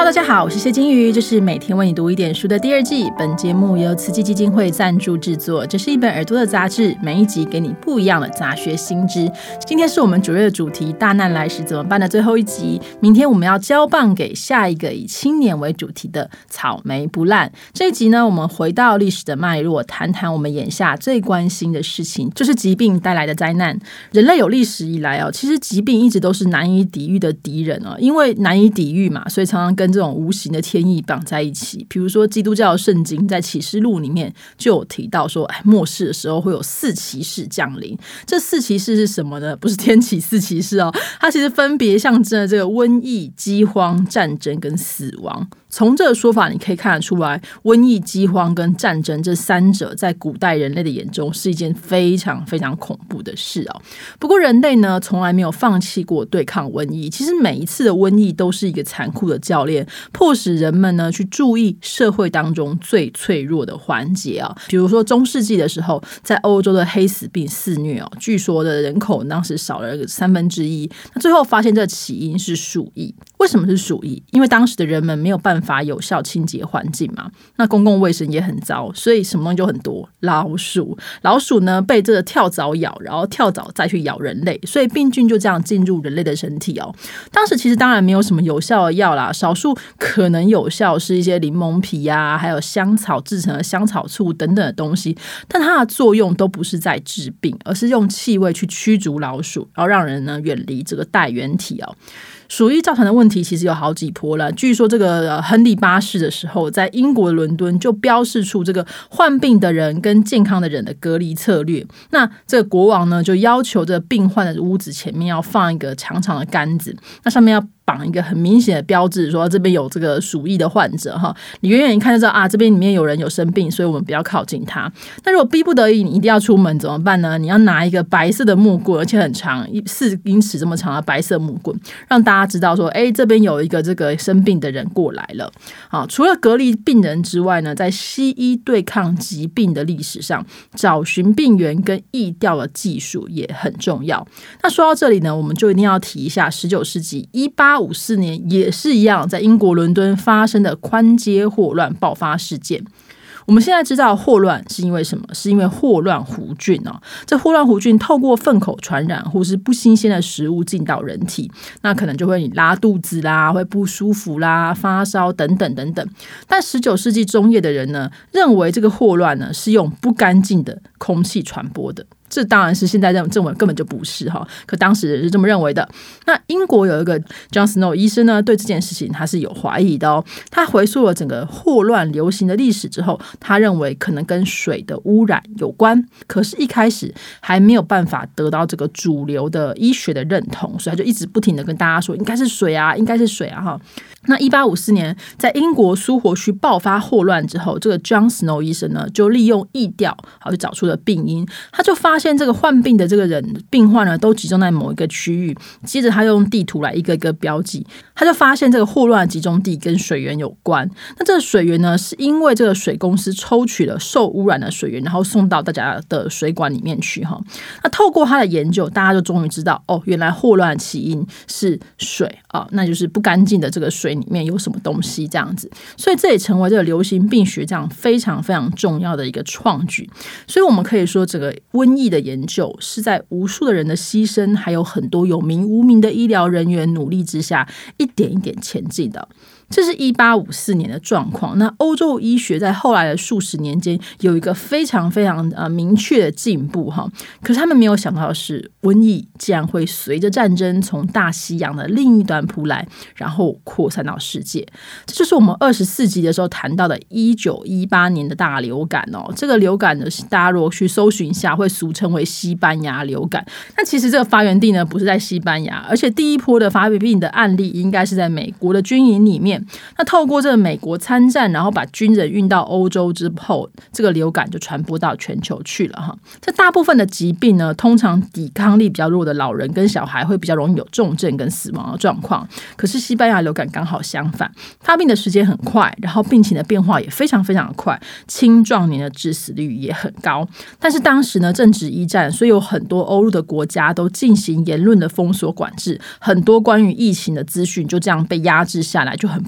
大家好，我是谢金鱼，这是每天为你读一点书的第二季。本节目由慈济基金会赞助制作，这是一本耳朵的杂志，每一集给你不一样的杂学新知。今天是我们9月的主题大难来时怎么办的最后一集，明天我们要交棒给下一个以青年为主题的草莓不烂。这一集呢，我们回到历史的脉络，谈谈我们眼下最关心的事情，就是疾病带来的灾难。人类有历史以来其实疾病一直都是难以抵御的敌人因为难以抵御嘛，所以常常跟这种无形的天意绑在一起。比如说基督教的圣经在启示录里面就有提到说，末世的时候会有4骑士降临。这4骑士是什么呢？不是天启4骑士它其实分别象征了这个瘟疫、饥荒、战争跟死亡。从这个说法你可以看得出来，瘟疫、饥荒跟战争这3者在古代人类的眼中是一件非常非常恐怖的事不过人类呢，从来没有放弃过对抗瘟疫。其实每一次的瘟疫都是一个残酷的教练，迫使人们呢去注意社会当中最脆弱的环节比如说中世纪的时候，在欧洲的黑死病肆虐据说的人口当时少了1/3。那最后发现这起因是鼠疫。为什么是鼠疫？因为当时的人们没有办法有效清洁环境嘛，那公共卫生也很糟，所以什么东西就很多。老鼠呢被这个跳蚤咬，然后跳蚤再去咬人类，所以病菌就这样进入人类的身体当时其实当然没有什么有效的药啦，少数可能有效是一些柠檬皮还有香草制成的香草醋等等的东西，但它的作用都不是在治病，而是用气味去驱逐老鼠，然后让人呢远离这个带原体鼠疫造成的问题其实有好几波了。据说这个亨利8世的时候，在英国伦敦就标示出这个患病的人跟健康的人的隔离策略。那这个国王呢，就要求这病患的屋子前面要放一个长长的杆子，那上面要绑一个很明显的标志，说这边有这个鼠疫的患者你远远一看就知道这边里面有人有生病，所以我们不要靠近他。那如果逼不得已你一定要出门怎么办呢？你要拿一个白色的木棍，而且很长，4英尺这么长的白色木棍，让大家知道说这边有一个这个生病的人过来了除了隔离病人之外呢，在西医对抗疾病的历史上，找寻病源跟疫调的技术也很重要。那说到这里呢，我们就一定要提一下19世纪1854年也是一样，在英国伦敦发生的宽街霍乱爆发事件。我们现在知道霍乱是因为什么？是因为霍乱弧菌这霍乱弧菌透过粪口传染，或是不新鲜的食物进到人体，那可能就会你拉肚子啦，会不舒服啦，发烧等等等等。但19世纪中叶的人呢，认为这个霍乱呢是用不干净的空气传播的。这当然是现在认为根本就不是可当时人是这么认为的。那英国有一个 John Snow 医生呢，对这件事情他是有怀疑的他回溯了整个霍乱流行的历史之后，他认为可能跟水的污染有关，可是一开始还没有办法得到这个主流的医学的认同，所以他就一直不停的跟大家说应该是水应该是水那1854年在英国苏活区爆发霍乱之后，这个 John Snow 医生呢就利用疫调去找出了病因。他就发现这个患病的这个病患呢都集中在某一个区域，接着他用地图来一个一个标记，他就发现这个霍乱集中地跟水源有关。那这个水源呢，是因为这个水公司抽取了受污染的水源，然后送到大家的水管里面去那透过他的研究，大家就终于知道原来霍乱起因是水那就是不干净的这个水里面有什么东西这样子。所以这也成为这个流行病学这样非常非常重要的一个创举。所以我们可以说，这个瘟疫的研究是在无数的人的牺牲，还有很多有名无名的医疗人员努力之下，一点一点前进的。这是1854年的状况。那欧洲医学在后来的数十年间有一个非常非常明确的进步可是他们没有想到的是，瘟疫竟然会随着战争从大西洋的另一端扑来，然后扩散到世界。这就是我们24集的时候谈到的1918年的大流感这个流感呢，大家如果去搜寻一下，会俗称为西班牙流感。但其实这个发源地呢不是在西班牙，而且第一波的发病的案例应该是在美国的军营里面。那透过这个美国参战，然后把军人运到欧洲之后，这个流感就传播到全球去了这大部分的疾病呢，通常抵抗力比较弱的老人跟小孩会比较容易有重症跟死亡的状况。可是西班牙流感刚好相反，发病的时间很快，然后病情的变化也非常非常的快，青壮年的致死率也很高。但是当时呢正值一战，所以有很多欧陆的国家都进行言论的封锁管制，很多关于疫情的资讯就这样被压制下来，就很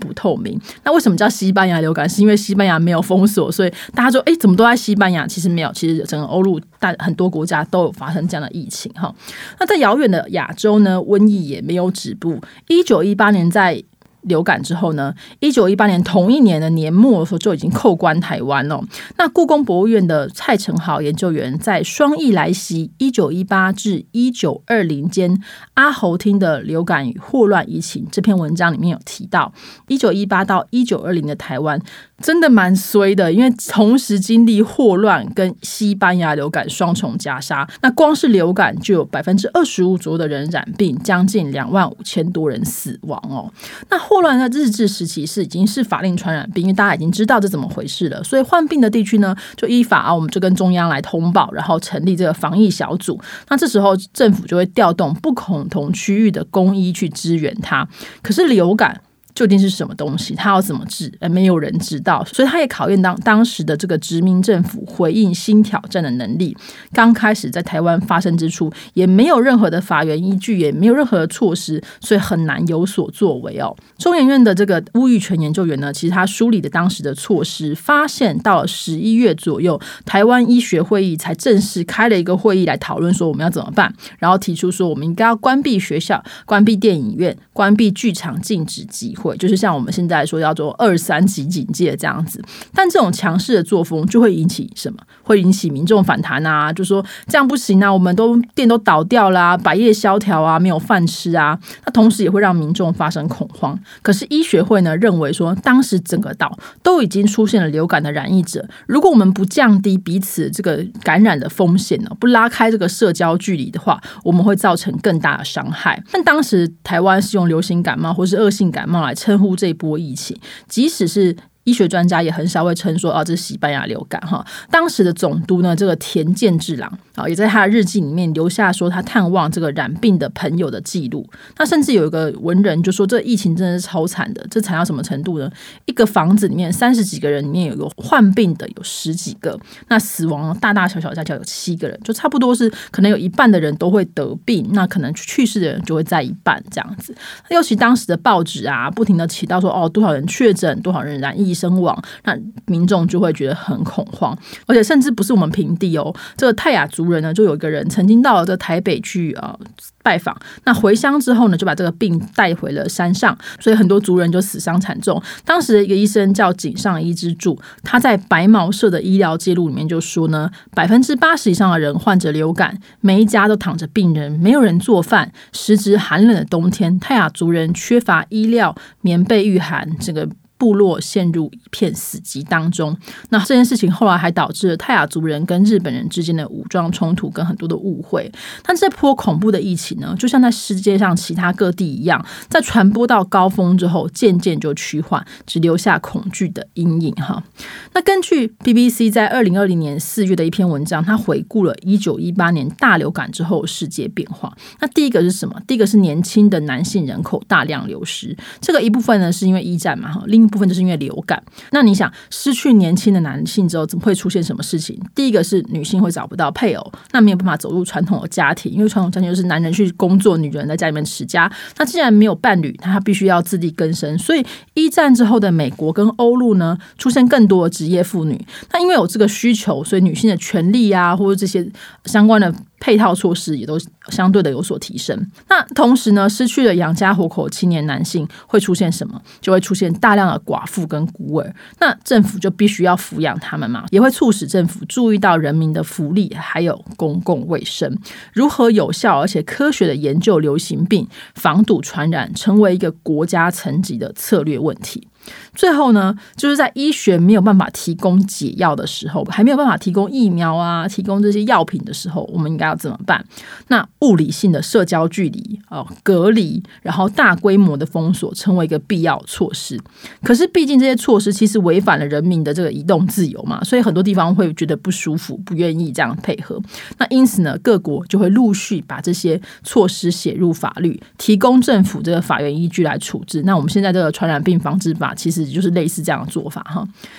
不透明。那为什么叫西班牙流感？是因为西班牙没有封锁，所以大家说怎么都在西班牙？其实没有，其实整个欧陆很多国家都有发生这样的疫情。那在遥远的亚洲呢，瘟疫也没有止步。1918年在流感之后呢，1918年同一年的年末的时候就已经扣关台湾了。那故宫博物院的蔡成豪研究员在《双疫来袭1918至1920间阿侯厅的流感与霍乱疫情》这篇文章里面有提到，1918到1920的台湾真的蛮衰的，因为同时经历霍乱跟西班牙流感双重夹杀。那光是流感就有25%左右的人染病，将近25000多人死亡哦。那霍乱在日治时期已经是法令传染病，因为大家已经知道这怎么回事了，所以患病的地区呢，就依法我们就跟中央来通报，然后成立这个防疫小组。那这时候政府就会调动不同区域的公医去支援它。可是流感究竟是什么东西？它要怎么治？没有人知道，所以它也考验当时的这个殖民政府回应新挑战的能力。刚开始在台湾发生之初，也没有任何的法源依据，也没有任何的措施，所以很难有所作为哦。中研院的这个巫育权研究员呢，其实他梳理的当时的措施，发现到了11月左右，台湾医学会议才正式开了一个会议来讨论说我们要怎么办，然后提出说我们应该要关闭学校、关闭电影院、关闭剧场、禁止集会，就是像我们现在说要做2、3级警戒这样子。但这种强势的作风就会引起什么？会引起民众反弹啊，就说这样不行啊，我们店都倒掉啦，百业萧条啊，没有饭吃啊。那同时也会让民众发生恐慌。可是医学会呢认为说，当时整个岛都已经出现了流感的染疫者，如果我们不降低彼此这个感染的风险呢，不拉开这个社交距离的话，我们会造成更大的伤害。但当时台湾是用流行感冒或是恶性感冒来称呼这一波疫情，即使是医学专家也很少会称说这是西班牙流感哈。当时的总督呢，这个田健治郎也在他的日记里面留下说他探望这个染病的朋友的记录。那甚至有一个文人就说，这疫情真的是超惨的，这惨到什么程度呢？一个房子里面30几个人里面有患病的有10几个，那死亡大大小小加起来有7个人，就差不多是可能有一半的人都会得病，那可能去世的人就会在一半这样子。尤其当时的报纸不停的提到说多少人确诊，多少人染疫身亡，那民众就会觉得很恐慌。而且甚至不是我们平地这个泰雅族人呢，就有一个人曾经到了这台北去拜访，那回乡之后呢，就把这个病带回了山上，所以很多族人就死伤惨重。当时的一个医生叫井上一之助，他在白毛社的医疗记录里面就说呢，80%以上的人患着流感，每一家都躺着病人，没有人做饭，时值寒冷的冬天，泰雅族人缺乏医疗、棉被御寒，这个部落陷入一片死寂当中。那这件事情后来还导致了泰雅族人跟日本人之间的武装冲突跟很多的误会。但这波恐怖的疫情呢，就像在世界上其他各地一样，在传播到高峰之后渐渐就趋缓，只留下恐惧的阴影哈。那根据 BBC 在2020年4月的一篇文章，它回顾了1918年大流感之后世界变化。那第一个是什么？第一个是年轻的男性人口大量流失，这个一部分呢是因为一战嘛，另一部分就是因为流感。那你想失去年轻的男性之后怎么会出现什么事情？第一个是女性会找不到配偶，那没有办法走入传统的家庭，因为传统家庭就是男人去工作，女人在家里面持家。那既然没有伴侣，他必须要自力更生，所以一战之后的美国跟欧陆呢，出现更多的职业妇女。那因为有这个需求，所以女性的权利或者这些相关的配套措施也都相对的有所提升。那同时呢，失去了养家活口的青年男性会出现什么？就会出现大量的寡妇跟孤儿。那政府就必须要抚养他们嘛，也会促使政府注意到人民的福利还有公共卫生，如何有效而且科学的研究流行病，防堵传染，成为一个国家层级的策略问题。最后呢，就是在医学没有办法提供解药的时候，还没有办法提供疫苗提供这些药品的时候，我们应该要怎么办？那物理性的社交距离隔离，然后大规模的封锁成为一个必要措施。可是毕竟这些措施其实违反了人民的这个移动自由嘛，所以很多地方会觉得不舒服，不愿意这样配合。那因此呢，各国就会陆续把这些措施写入法律，提供政府这个法源依据来处置。那我们现在这个传染病防治法其实就是类似这样的做法哈。那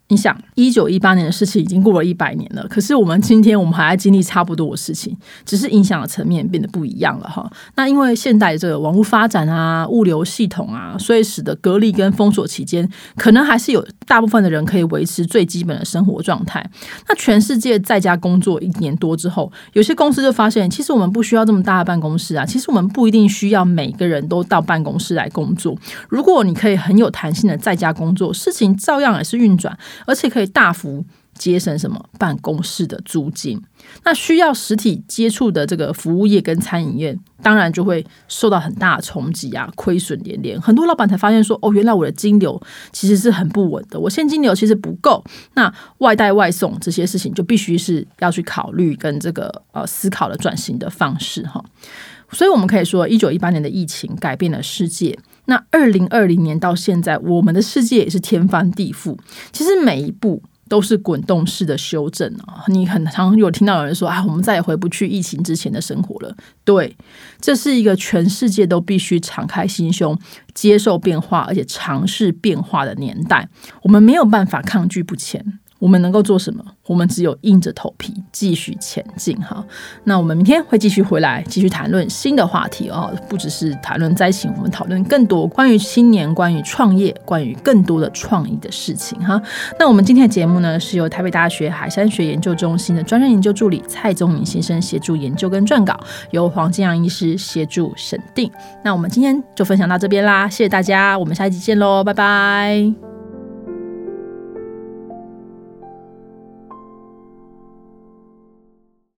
你想1918年的事情已经过了100年了，可是我们今天还在经历差不多的事情，只是影响的层面变得不一样了哈。那因为现代这个网络发展啊、物流系统啊，所以使得隔离跟封锁期间，可能还是有大部分的人可以维持最基本的生活状态。那全世界在家工作1年多之后，有些公司就发现，其实我们不需要这么大的办公室啊，其实我们不一定需要每个人都到办公室来工作。如果你可以很有弹性的在家工作，事情照样也是运转，而且可以大幅节省什么办公室的租金。那需要实体接触的这个服务业跟餐饮业，当然就会受到很大的冲击啊，亏损连连。很多老板才发现说，原来我的金流其实是很不稳的，我现金流其实不够。那外带外送这些事情就必须是要去考虑跟这个思考的转型的方式哈。所以我们可以说1918年的疫情改变了世界，那2020年到现在，我们的世界也是天翻地覆。其实每一步都是滚动式的修正啊！你很常有听到有人说我们再也回不去疫情之前的生活了。对，这是一个全世界都必须敞开心胸接受变化，而且尝试变化的年代。我们没有办法抗拒不前，我们能够做什么？我们只有硬着头皮继续前进哈。那我们明天会继续回来，继续谈论新的话题哦，不只是谈论灾情，我们讨论更多关于青年、关于创业、关于更多的创意的事情哈。那我们今天的节目呢，是由台北大学海山学研究中心的专任研究助理蔡宗明先生协助研究跟撰稿，由黄金阳医师协助审定。那我们今天就分享到这边啦，谢谢大家，我们下一集见喽，拜拜。